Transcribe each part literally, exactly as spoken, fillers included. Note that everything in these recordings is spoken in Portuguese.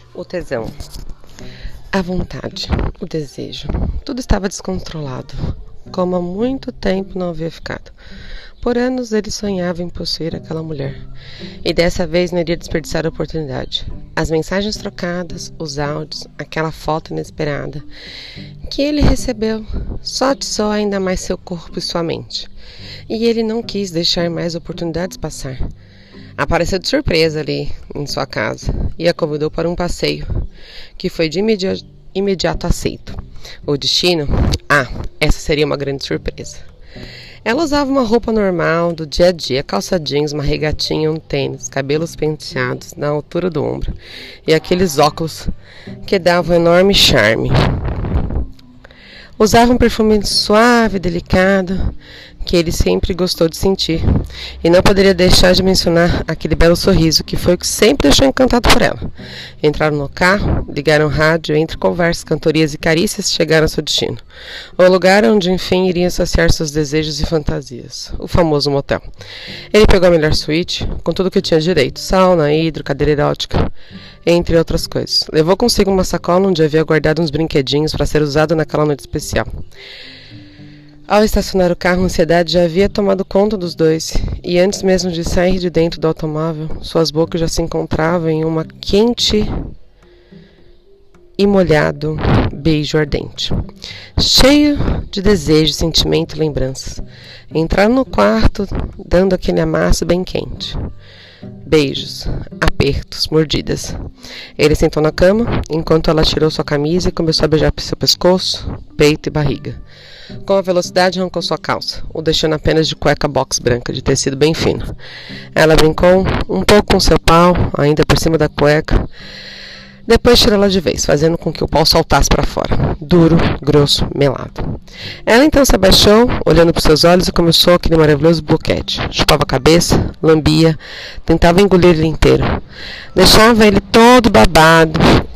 O tesão, a vontade, o desejo, tudo estava descontrolado, como há muito tempo não havia ficado. Por anos ele sonhava em possuir aquela mulher, e dessa vez não iria desperdiçar a oportunidade. As mensagens trocadas, os áudios, aquela foto inesperada que ele recebeu só atiçou ainda mais seu corpo e sua mente, e ele não quis deixar mais oportunidades passar. Apareceu de surpresa ali em sua casa e a convidou para um passeio, que foi de imedi- imediato aceito. O destino? Ah, essa seria uma grande surpresa. Ela usava uma roupa normal, do dia a dia, calça jeans, uma regatinha, um tênis, cabelos penteados na altura do ombro e aqueles óculos que davam um enorme charme. Usava um perfume suave, delicado, que ele sempre gostou de sentir, e não poderia deixar de mencionar aquele belo sorriso que foi o que sempre deixou encantado por ela. Entraram no carro, ligaram o rádio, entre conversas, cantorias e carícias, chegaram ao seu destino, o lugar onde enfim iriam saciar seus desejos e fantasias, o famoso motel. Ele pegou a melhor suíte, com tudo que tinha direito, sauna, hidro, cadeira erótica, entre outras coisas. Levou consigo uma sacola onde havia guardado uns brinquedinhos para ser usado naquela noite especial. Ao estacionar o carro, a ansiedade já havia tomado conta dos dois, e antes mesmo de sair de dentro do automóvel, suas bocas já se encontravam em uma quente e molhado beijo ardente, cheio de desejo, sentimento e lembranças. Entraram no quarto, dando aquele amasso bem quente. Beijos, apertos, mordidas. Ele sentou na cama, enquanto ela tirou sua camisa e começou a beijar seu pescoço, peito e barriga. Com a velocidade, arrancou sua calça, o deixando apenas de cueca box branca, de tecido bem fino. Ela brincou um pouco com seu pau, ainda por cima da cueca. Depois tirou ela de vez, fazendo com que o pau saltasse para fora, duro, grosso, melado. Ela então se abaixou, olhando para seus olhos, e começou aquele maravilhoso boquete. Chupava a cabeça, lambia, tentava engolir ele inteiro. Deixava ele todo babado.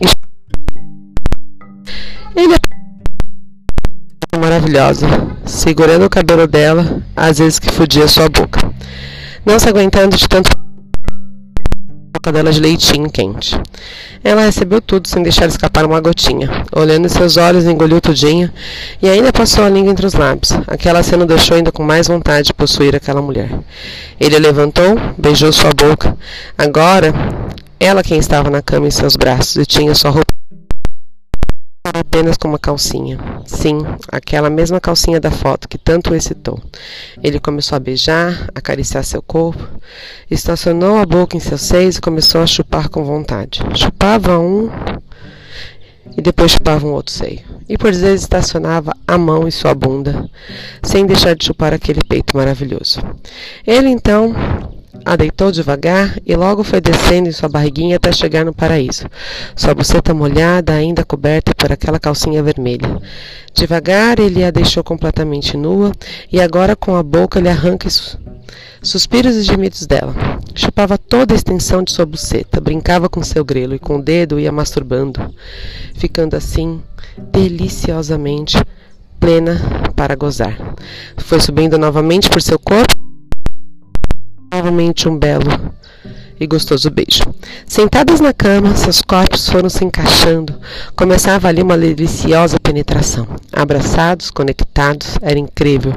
Ele maravilhosa, segurando o cabelo dela, às vezes que fudia sua boca, não se aguentando de tanto boca dela de leitinho quente. Ela recebeu tudo sem deixar escapar uma gotinha. Olhando em seus olhos, engoliu tudinho e ainda passou a língua entre os lábios. Aquela cena o deixou ainda com mais vontade de possuir aquela mulher. Ele a levantou, beijou sua boca. Agora, ela quem estava na cama em seus braços e tinha sua roupa apenas com uma calcinha. Sim, aquela mesma calcinha da foto que tanto o excitou. Ele começou a beijar, acariciar seu corpo, estacionou a boca em seus seios e começou a chupar com vontade. Chupava um e depois chupava um outro seio. E por vezes estacionava a mão em sua bunda, sem deixar de chupar aquele peito maravilhoso. Ele então a deitou devagar e logo foi descendo em sua barriguinha até chegar no paraíso, sua buceta molhada, ainda coberta por aquela calcinha vermelha. Devagar ele a deixou completamente nua e agora com a boca ele arranca sus- suspiros e gemidos dela. Chupava toda a extensão de sua buceta, brincava com seu grelo e com o dedo ia masturbando, ficando assim deliciosamente plena para gozar. Foi subindo novamente por seu corpo, novamente um belo e gostoso beijo. Sentadas na cama, seus corpos foram se encaixando. Começava ali uma deliciosa penetração. Abraçados, conectados, era incrível.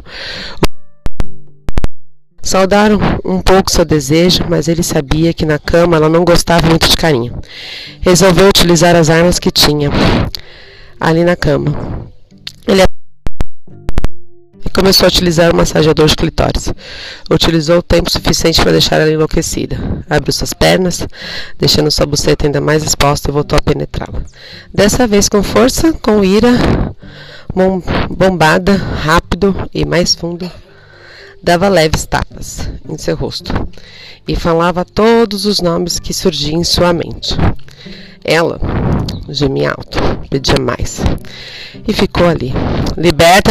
Saudaram um pouco seu desejo, mas ele sabia que na cama ela não gostava muito de carinho. Resolveu utilizar as armas que tinha ali na cama. Ele E começou a utilizar o massageador de clitóris. Utilizou o tempo suficiente para deixar ela enlouquecida. Abriu suas pernas, deixando sua buceta ainda mais exposta e voltou a penetrá-la. Dessa vez com força, com ira, bom, bombada, rápido e mais fundo. Dava leves tapas em seu rosto e falava todos os nomes que surgiam em sua mente. Ela gemia alto, pedia mais e ficou ali, liberta.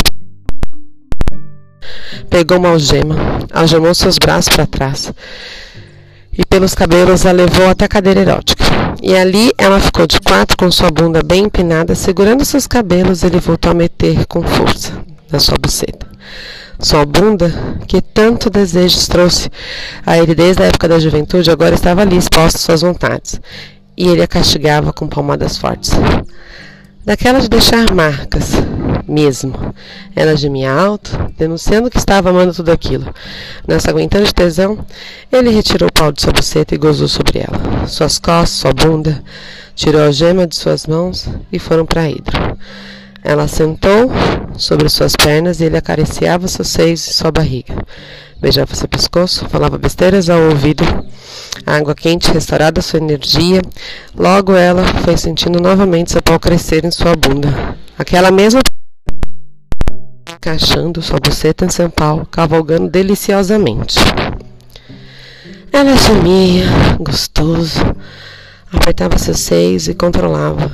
Pegou uma algema, algemou seus braços para trás e pelos cabelos a levou até a cadeira erótica. E ali ela ficou de quatro com sua bunda bem empinada, segurando seus cabelos. Ele voltou a meter com força na sua buceta. Sua bunda, que tanto desejos trouxe a ele desde a época da juventude, agora estava ali exposta às suas vontades. e ele a castigava com palmadas fortes. Daquela de deixar marcas, mesmo. Ela gemia alto, denunciando que estava amando tudo aquilo. Não se aguentando de tesão, ele retirou o pau de sua buceta e gozou sobre ela. Suas costas, sua bunda, tirou a gema de suas mãos e foram para Hidro. Ela sentou sobre suas pernas e ele acariciava seus seios e sua barriga. Beijava seu pescoço, falava besteiras ao ouvido. A água quente restaurada sua energia. Logo ela foi sentindo novamente seu pau crescer em sua bunda. Aquela mesma encaixando sua buceta em seu pau, cavalgando deliciosamente. Ela gemia, gostoso, apertava seus seios e controlava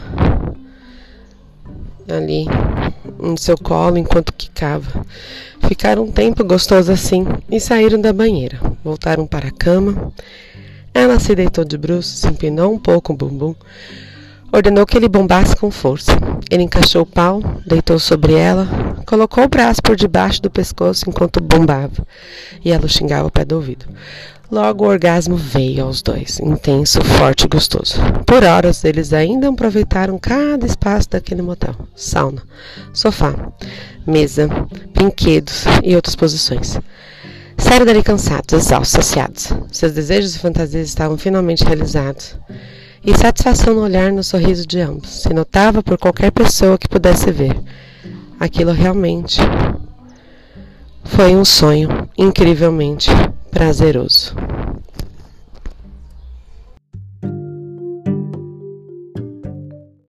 ali no seu colo enquanto quicava. Ficaram um tempo gostoso assim e saíram da banheira. Voltaram para a cama. Ela se deitou de bruços, se empinou um pouco o bumbum. Ordenou que ele bombasse com força. Ele encaixou o pau, deitou sobre ela, colocou o braço por debaixo do pescoço enquanto bombava, e ela o xingava ao pé do ouvido. Logo o orgasmo veio aos dois, intenso, forte e gostoso. Por horas, eles ainda aproveitaram cada espaço daquele motel. Sauna, sofá, mesa, brinquedos e outras posições. Saíram dali cansados, exaustos, saciados. Seus desejos e fantasias estavam finalmente realizados. E satisfação no olhar, no sorriso de ambos se notava por qualquer pessoa que pudesse ver. Aquilo realmente foi um sonho incrivelmente prazeroso.